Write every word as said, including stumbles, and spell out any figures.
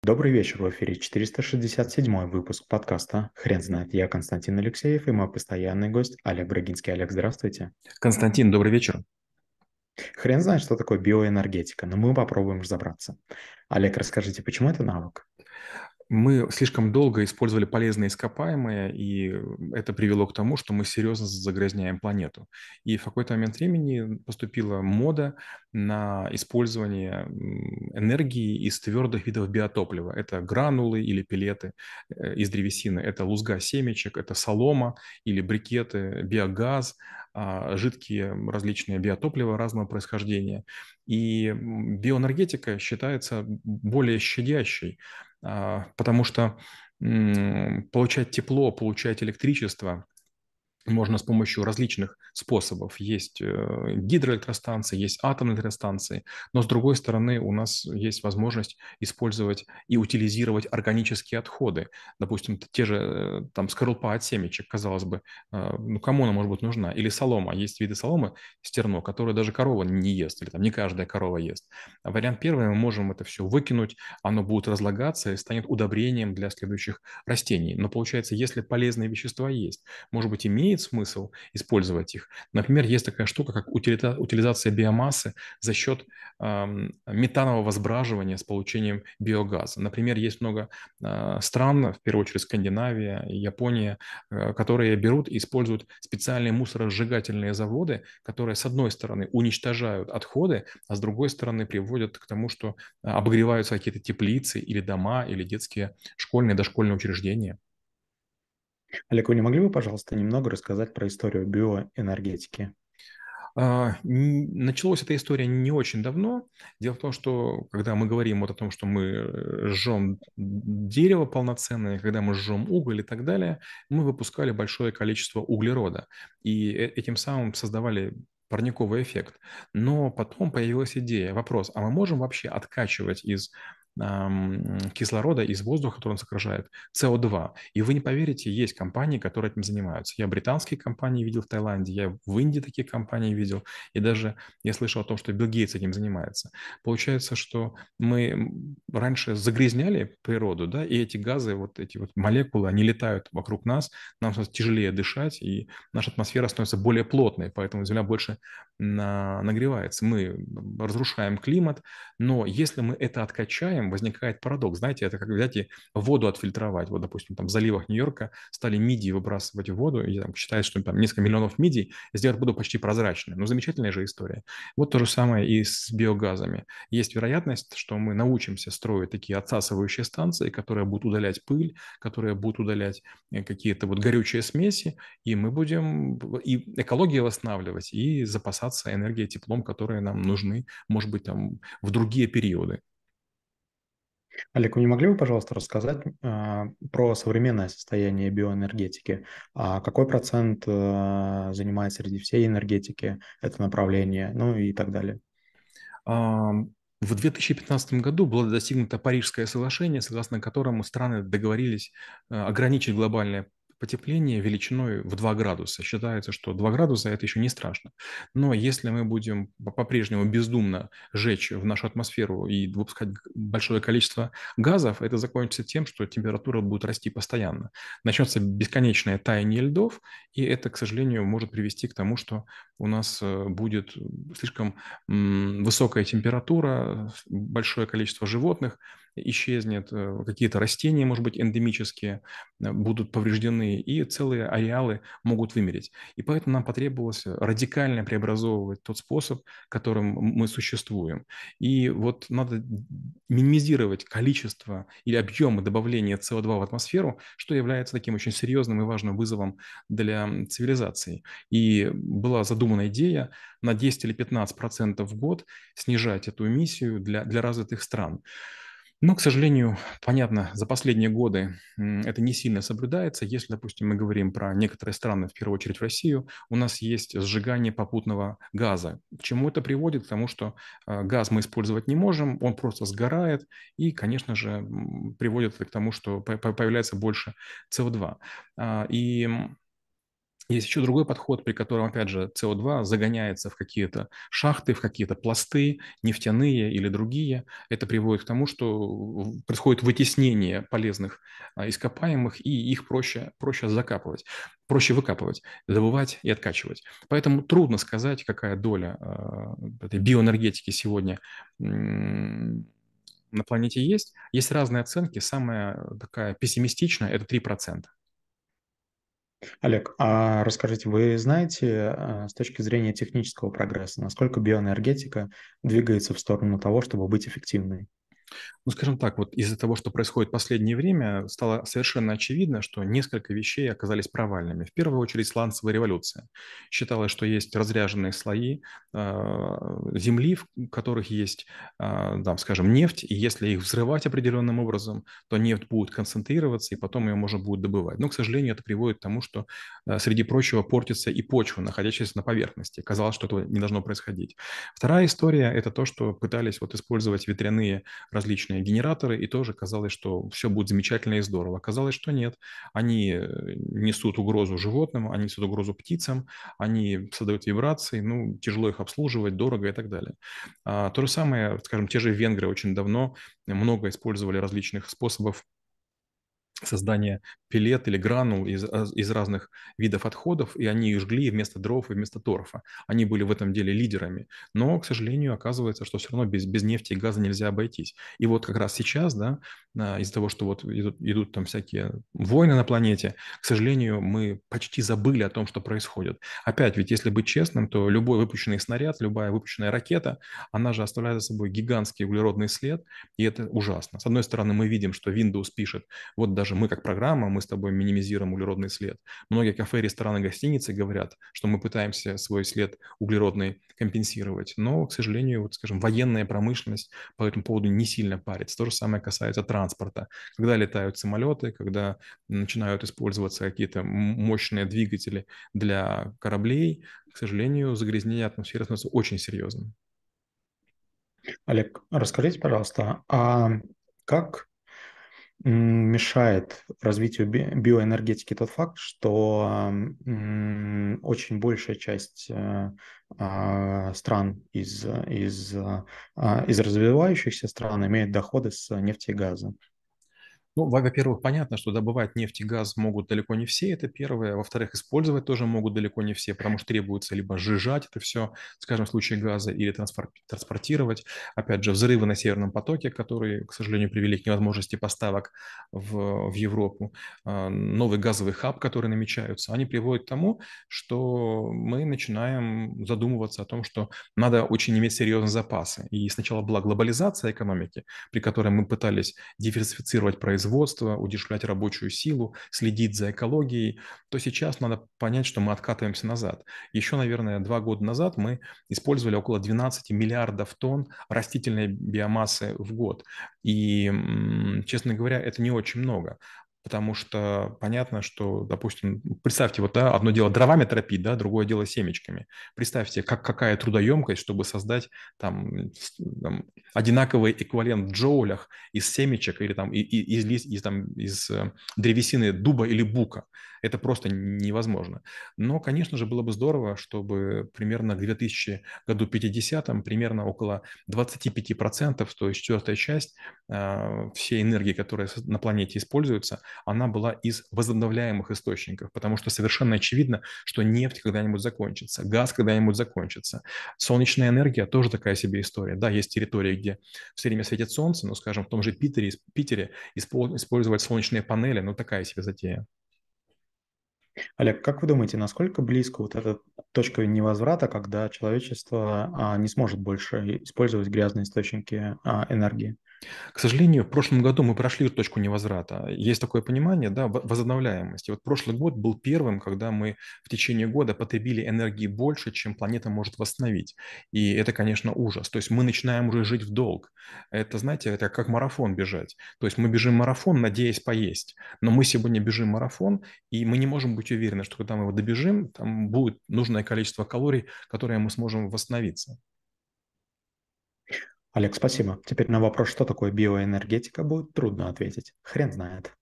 Добрый вечер, в эфире четыреста шестьдесят седьмой выпуск подкаста «Хрен знает». Я Константин Алексеев и мой постоянный гость Олег Брагинский. Олег, здравствуйте. Константин, добрый вечер. Хрен знает, что такое биоэнергетика, но мы попробуем разобраться. Олег, расскажите, почему это навык? Мы слишком долго использовали полезные ископаемые, и это привело к тому, что мы серьезно загрязняем планету. И в какой-то момент времени поступила мода на использование м, энергии из твердых видов биотоплива. Это гранулы или пелеты э, из древесины, это лузга семечек, это солома или брикеты, биогаз, а, жидкие различные биотоплива разного происхождения. И м, биоэнергетика считается более щадящей, а, потому что м, получать тепло, получать электричество можно с помощью различных способов. Есть э, гидроэлектростанции, есть атомные электростанции, но с другой стороны у нас есть возможность использовать и утилизировать органические отходы. Допустим, т- те же э, там скорлупа от семечек, казалось бы, э, ну кому она может быть нужна? Или солома. Есть виды соломы, стерно, которые даже корова не ест, или там не каждая корова ест. А вариант первый, мы можем это все выкинуть, оно будет разлагаться и станет удобрением для следующих растений. Но получается, если полезные вещества есть, может быть, имеет смысл использовать их. Например, есть такая штука, как утилита- утилизация биомассы за счет ам, метанового сбраживания с получением биогаза. Например, есть много а, стран, в первую очередь Скандинавия, Япония, э, которые берут и используют специальные мусоросжигательные заводы, которые, с одной стороны, уничтожают отходы, а с другой стороны, приводят к тому, что а, обогреваются какие-то теплицы или дома, или детские школьные, дошкольные учреждения. Олег, вы не могли бы, пожалуйста, немного рассказать про историю биоэнергетики? А, н- Началась эта история не очень давно. Дело в том, что когда мы говорим вот о том, что мы э, жжем дерево полноценное, когда мы жжем уголь и так далее, мы выпускали большое количество углерода. И э- этим самым создавали парниковый эффект. Но потом появилась идея, вопрос, а мы можем вообще откачивать из ам, кислорода, из воздуха, который он содержит, С О два? И вы не поверите, есть компании, которые этим занимаются. Я британские компании видел в Таиланде, я в Индии такие компании видел, и даже я слышал о том, что Билл Гейтс этим занимается. Получается, что мы раньше загрязняли природу, да, и эти газы, вот эти вот молекулы, они летают вокруг нас, нам становится тяжелее дышать, и наша атмосфера становится более плотной, поэтому Земля больше на- нагревается. Мы разрушаем климат, но если мы это откачаем, возникает парадокс. Знаете, это как взять и воду отфильтровать. Вот, допустим, там в заливах Нью-Йорка стали мидии выбрасывать в воду, и там считается, что там несколько миллионов мидий сделать воду почти прозрачной. Ну, замечательная же история. Вот то же самое и с биогазами. Есть вероятность, что мы научимся строить такие отсасывающие станции, которые будут удалять пыль, которые будут удалять э, какие-то вот горючие смеси, и мы будем и экологию восстанавливать, и запасаться энергией, теплом, которые нам нужны, может быть, там в другие периоды. Олег, вы не могли бы, пожалуйста, рассказать а, про современное состояние биоэнергетики? А какой процент а, занимает среди всей энергетики это направление, ну и так далее? А, В две тысячи пятнадцатом году было достигнуто Парижское соглашение, согласно которому страны договорились э, ограничить глобальное потепление величиной в два градуса. Считается, что два градуса – это еще не страшно. Но если мы будем по- по-прежнему бездумно жечь в нашу атмосферу и выпускать г- большое количество газов, это закончится тем, что температура будет расти постоянно. Начнется бесконечное таяние льдов, и это, к сожалению, может привести к тому, что у нас э, будет слишком м, высокая температура, большое количество животных исчезнет, э, какие-то растения, может быть, эндемические э, будут повреждены, и целые ареалы могут вымереть. И поэтому нам потребовалось радикально преобразовывать тот способ, которым мы существуем. И вот надо минимизировать количество или объемы добавления С О два в атмосферу, что является таким очень серьезным и важным вызовом для цивилизации. И была задумана идея на десять или пятнадцать процентов в год снижать эту эмиссию для, для развитых стран. Но, к сожалению, понятно, за последние годы м, это не сильно соблюдается. Если, допустим, мы говорим про некоторые страны, в первую очередь Россию, у нас есть сжигание попутного газа. К чему это приводит? К тому, что э, газ мы использовать не можем, он просто сгорает, и, конечно же, м, приводит это к тому, что по- по- появляется больше С О два. А, И Есть еще другой подход, при котором, опять же, С О два загоняется в какие-то шахты, в какие-то пласты, нефтяные или другие. Это приводит к тому, что происходит вытеснение полезных а, ископаемых, и их проще, проще закапывать, проще выкапывать, добывать и откачивать. Поэтому трудно сказать, какая доля а, этой биоэнергетики сегодня м, на планете есть. Есть разные оценки. Самая такая пессимистичная – это три процента. Олег, а расскажите, вы знаете, э, с точки зрения технического прогресса, насколько биоэнергетика двигается в сторону того, чтобы быть эффективной? Ну, скажем так, вот из-за того, что происходит в последнее время, стало совершенно очевидно, что несколько вещей оказались провальными. В первую очередь, сланцевая революция. Считалось, что есть разряженные слои э, земли, в которых есть, э, там, скажем, нефть, и если их взрывать определенным образом, то нефть будет концентрироваться, и потом ее можно будет добывать. Но, к сожалению, это приводит к тому, что, э, среди прочего, портится и почва, находящаяся на поверхности. Казалось, что этого не должно происходить. Вторая история – это то, что пытались вот использовать ветряные различные генераторы, и тоже казалось, что все будет замечательно и здорово. Оказалось, что нет. Они э, несут угрозу животным, они несут угрозу птицам, они создают вибрации, ну, тяжело их обслуживать, дорого и так далее. А, то же самое, скажем, те же венгры очень давно много использовали различных способов создания пеллет или гранул из, из разных видов отходов, и они их жгли вместо дров и вместо торфа. Они были в этом деле лидерами. Но, к сожалению, оказывается, что все равно без, без нефти и газа нельзя обойтись. И вот как раз сейчас, да, а, из-за того, что вот идут, идут там всякие войны на планете, к сожалению, мы почти забыли о том, что происходит. Опять, ведь если быть честным, то любой выпущенный снаряд, любая выпущенная ракета, она же оставляет за собой гигантский углеродный след, и это ужасно. С одной стороны, мы видим, что Windows пишет, вот даже мы как программа, мы с тобой минимизируем углеродный след. Многие кафе, рестораны, гостиницы говорят, что мы пытаемся свой след углеродный компенсировать. Но, к сожалению, вот, скажем, военная промышленность по этому поводу не сильно парится. То же самое касается транспорта. Когда летают самолеты, когда начинают использоваться какие-то мощные двигатели для кораблей, к сожалению, загрязнение атмосферы становится очень серьезным. Олег, расскажите, пожалуйста, а как м, мешает развитию би- биоэнергетики тот факт, что м, очень большая часть э, а, стран из, из, а, из развивающихся стран имеет доходы с нефти и газа? Ну, во- во-первых, понятно, что добывать нефть и газ могут далеко не все, это первое. Во-вторых, использовать тоже могут далеко не все, потому что требуется либо сжижать это все, скажем, в случае газа, или транспор- транспортировать. Опять же, взрывы на Северном потоке, которые, к сожалению, привели к невозможности поставок в, в Европу, а, новый газовый хаб, который намечаются, они приводят к тому, что мы начинаем задумываться о том, что надо очень иметь серьезные запасы. И сначала была глобализация экономики, при которой мы пытались диверсифицировать производство, удешевлять рабочую силу, следить за экологией, то сейчас надо понять, что мы откатываемся назад. Еще, наверное, два года назад мы использовали около двенадцати миллиардов тонн растительной биомассы в год. И, честно говоря, это не очень много. Потому что понятно, что, допустим, представьте, вот да, одно дело дровами тропить, да, другое дело семечками. Представьте, как, какая трудоемкость, чтобы создать там, там одинаковый эквивалент в джоулях из семечек или там и- и- из, лист- из, там, из э, древесины дуба или бука. Это просто невозможно. Но, конечно же, было бы здорово, чтобы примерно к две тысячи пятидесятому примерно около двадцати пяти процентов, то есть четвертая часть э, всей энергии, которая с- на планете используется, она была из возобновляемых источников, потому что совершенно очевидно, что нефть когда-нибудь закончится, газ когда-нибудь закончится. Солнечная энергия тоже такая себе история. Да, есть территории, где все время светит солнце, но, скажем, в том же Питере, Питере испо- использовать солнечные панели, ну, такая себе затея. Олег, как вы думаете, насколько близко вот эта точка невозврата, когда человечество а, не сможет больше использовать грязные источники а, энергии? К сожалению, в прошлом году мы прошли точку невозврата. Есть такое понимание, да, во- возобновляемости. Вот прошлый год был первым, когда мы в течение года потребили энергии больше, чем планета может восстановить. И это, конечно, ужас. То есть мы начинаем уже жить в долг. Это, знаете, это как марафон бежать. То есть мы бежим марафон, надеясь поесть. Но мы сегодня бежим марафон, и мы не можем быть уверены, что когда мы его добежим, там будет нужное количество калорий, которое мы сможем восстановиться. Олег, спасибо. Теперь на вопрос, что такое биоэнергетика, будет трудно ответить. Хрен знает.